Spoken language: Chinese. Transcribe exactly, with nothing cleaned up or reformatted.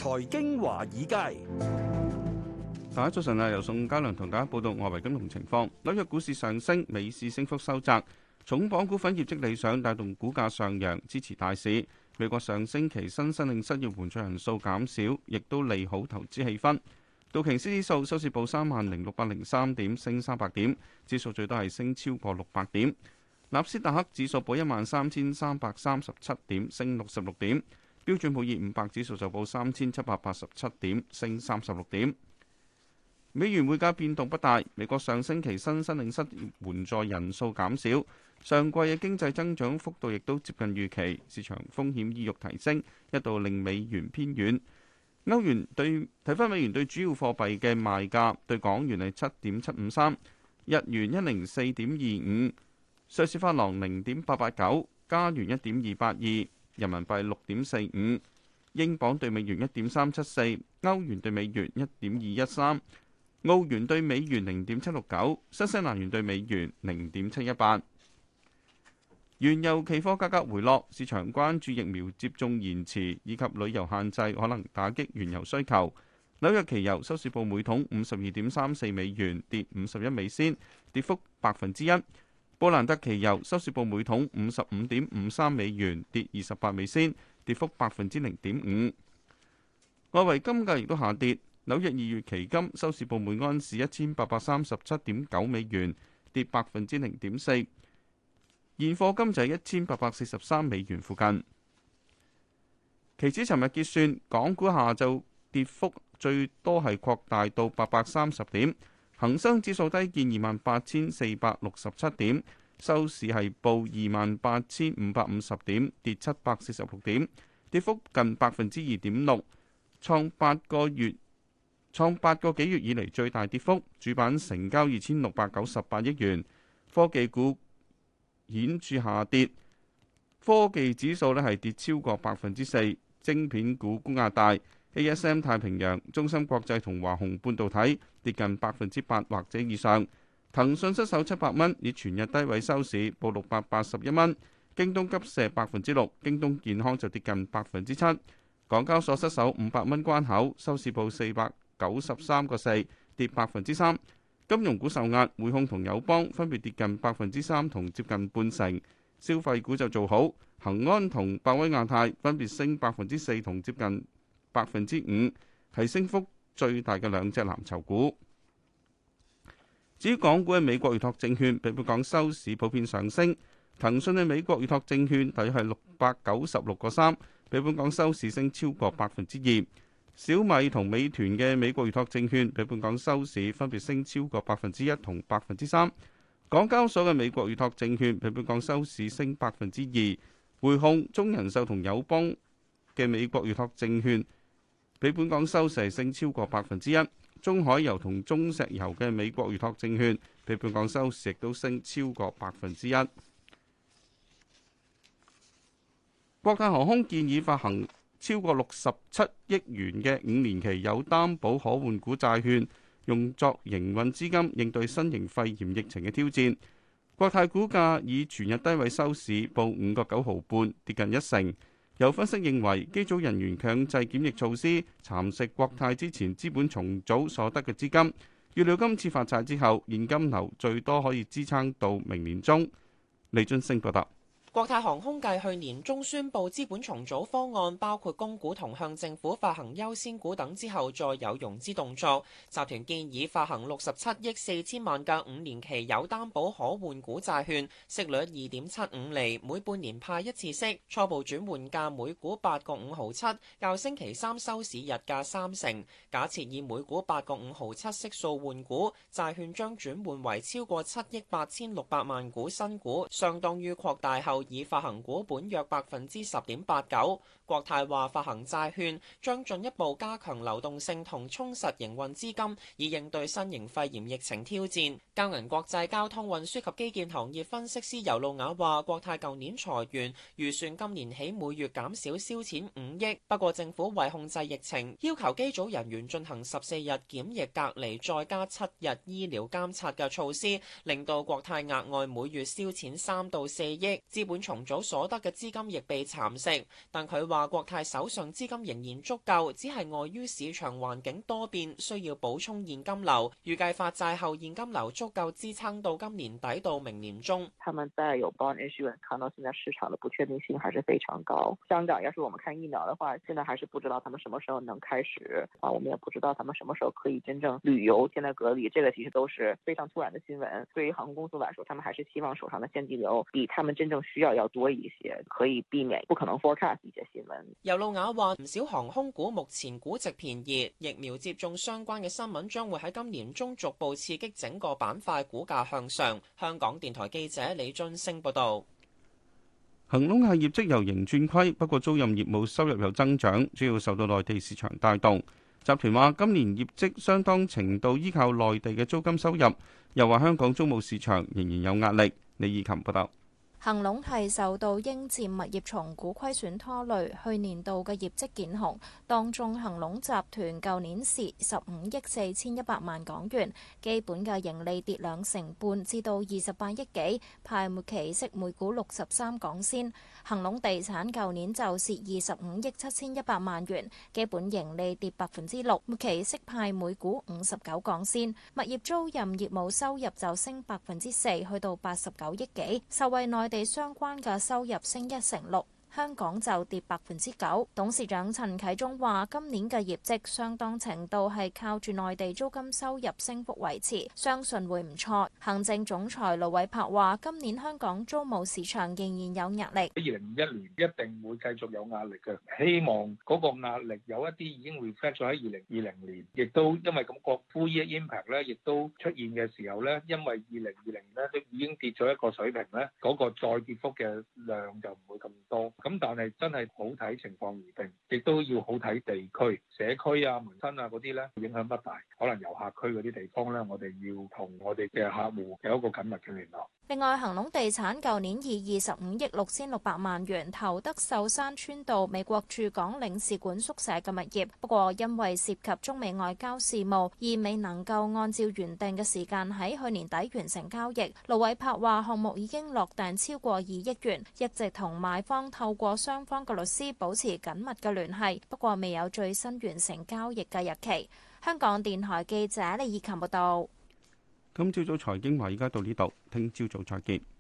財經華爾街， 大家早晨啊！由宋嘉良同大家報道外圍金融情況。紐約股市上升，美市升幅收窄，重磅股份業績理想，帶動股價上揚，支持大市。美國上星期新申領失業援助人數減少，亦都利好投資氣氛。道瓊斯指數收市報三萬零六百零三點，升三百點，指數最多係升超過六百點。納斯達克指數報一萬三千三百三十七點，升六十六點。標準普爾五百指數就報三千七百八十七點，升三十六點。美元匯價變動不大，美國上星期新申領失業援助人數減少，上季嘅經濟增長幅度亦都接近預期，市場風險意欲提升，一度令美元偏軟。歐元對睇返美元對主要貨幣嘅賣價，對港元係七點七五三，日元一零四點二五，瑞士法郎零點八八九，加元一點二八二，人民幣六點四五，英鎊對美元一點三七四，歐元對美元一點二一三。澳元對美元零點七六九，新西蘭元對美元零點七一八。原油期貨價格回落，市場關注疫苗接種延遲以及旅遊限制可能打擊原油需求。紐約期油收市報每桶五十二點三四美元，跌五十一美仙，跌幅百分之一。布蘭特期油收市報每桶五十五點五三美元，跌二十八美仙，跌幅百分之零點五。外圍金價亦都下跌。紐約二月期金收市報每安士一千八百三十七點九美元，跌百分之零點四。現貨金就係一千八百四十三美元附近。期指尋日結算，港股下晝跌幅最多係擴大到八百三十點，恒生指數低見二萬八千四百六十七點，收市係報二萬八千五百五十點，跌七百四十六點，跌幅近百分之二點六，創八個月。創八個幾月以嚟最大跌幅，主板成交二千六百九十八億元。科技股顯著下跌，科技指數咧係跌超過百分之四。晶片股沽壓大 ，A S M 太平洋、中芯國際同華虹半導體跌近百分之八或者以上。騰訊失守七百蚊，以全日低位收市，報六百八十一蚊。京東急瀉百分之六，京東健康就跌近百分之七。港交所失守五百蚊關口，收市報四百九十三個四，跌百分之三。金融股受壓，匯控同友邦分別跌近百分之三同接近半成。消費股就做好，恒安同百威亞太分別升百分之四同接近百分之五，係升幅最大嘅兩隻藍籌股。至於港股嘅美國預託證券，比本港收市普遍上升。騰訊嘅美國預託證券大約係六百九十六個三，比本港收市升超過百分之二。小米同美團嘅美國預託證券比本港收市分別升超過百分之一同百分之三。港交所嘅美國預託證券比本港收市升百分之二。匯控、中人壽同友邦嘅美國預託證券比本港收市升超過百分之一。中海油同中石油嘅美國預託證券比本港收市亦都升超過百分之一。國泰航空建議發行超過六十七億元嘅五年期有擔保可換股債券，用作營運資金，應對新型肺炎疫情嘅挑戰。國泰股價以全日低位收市，報五個九毫半，跌近一成。有分析認為，機組人員強制檢疫措施蠶食國泰之前資本重組所得嘅資金，預料今次發債之後，現金流最多可以支撐到明年中。李津升報道。 國泰航空繼去年中宣布資本重組方案，包括供股同向政府發行優先股等之後，再有融資動作。集團建議發行六十七億四千萬嘅五年期有擔保可換股債券，息率二點七五厘，每半年派一次息，初步轉換價每股八個五毫七，較星期三收市日價三成。假設以每股八個五毫七息數換股，債券將轉換為超過七億八千六百萬股新股，相當於擴大後已發行股本約百分之十點八九。國泰話發行債券將進一步加強流動性同充實營運資金，以應對新型肺炎疫情挑戰。交銀國際交通運輸及基建行業分析師尤路亞話，國泰舊年裁員，預算今年起每月減少燒錢五億。不過政府為控制疫情，要求機組人員進行十四日檢疫隔離，再加七日醫療監察嘅措施，令到國泰額外每月燒錢三到四億。接本重組所得嘅資金亦被蠶食。但佢話國泰手上資金仍然足夠，只係礙於市場環境多變，需要補充現金流。預計發債後現金流足夠支撐到今年底到明年中。 他們在有 bond issuance 看到現在市場的不確定性還是非常高。香港要是我們看疫苗的話，現在還是不知道他們什麼時候能開始啊，我們也不知道他們什麼時候可以真正旅遊，現在隔離，這個其實都是非常突然的新聞。對於航空公司來說，他們還是希望手上的現金流比他們真正需要要多一些，可以避免不可能 forecast 一些新聞。 尤路亞話：唔少航空股目前估值便宜，疫苗接種相關嘅新聞將會喺今年中逐步刺激整個板塊股價向上。香港電台記者李津升報道。 恒隆系業績由盈轉虧，不過租賃業務收入有增長，主要受到內地市場帶動。集團話今年業績相當程度依靠內地嘅租金收入，又話香港租務市場仍然有壓力。李以琴報道。 恒隆係受到英佔物業重估虧損拖累，去年度嘅業績見紅，當中恒隆集團舊年蝕十五億四千一百萬港元，基本嘅盈利跌兩成半，至到二十八億幾，派末期息每股六十三港仙。恒隆地產舊年就蝕二十五億七千一百萬元，基本盈利跌百分之六，末期息派每股五十九港仙。物業租賃業務收入就升百分之四，去到八十九億幾，受惠內地相關嘅收入升一成六。香港就跌百分之九。董事長陳啟宗話：今年嘅業績相當程度係靠住內地租金收入升幅維持，相信會唔錯。行政總裁盧偉柏話：今年香港租務市場仍然有壓力。 二零二一年一定會繼續有壓力嘅，希望嗰個壓力有一啲已經 reflect 咗喺二零二零年，亦都因為咁個 full year impact 咧，亦都出現嘅時候咧，因為二零二零咧都已經跌咗一個水平咧，嗰個再跌幅嘅量就唔會咁多。咁但係真係好睇情況而定，亦都要好睇地區、社區啊、民生啊嗰啲咧影響不大。可能遊客區嗰啲地方咧，我哋要同我哋嘅客戶有一個緊密嘅聯絡。 另外，恒隆地產舊年以二十五億六千六百萬元投得壽山村道美國駐港領事館宿舍嘅物業，不過因為涉及中美外交事務，而未能夠按照原定嘅時間喺去年底完成交易。盧偉柏話：項目已經落訂超過二億元，一直同買方透過雙方嘅律師保持緊密嘅聯繫，不過未有最新完成交易嘅日期。香港電台記者李以琴報道。 今朝早財經話，而家到呢度，聽朝早再見。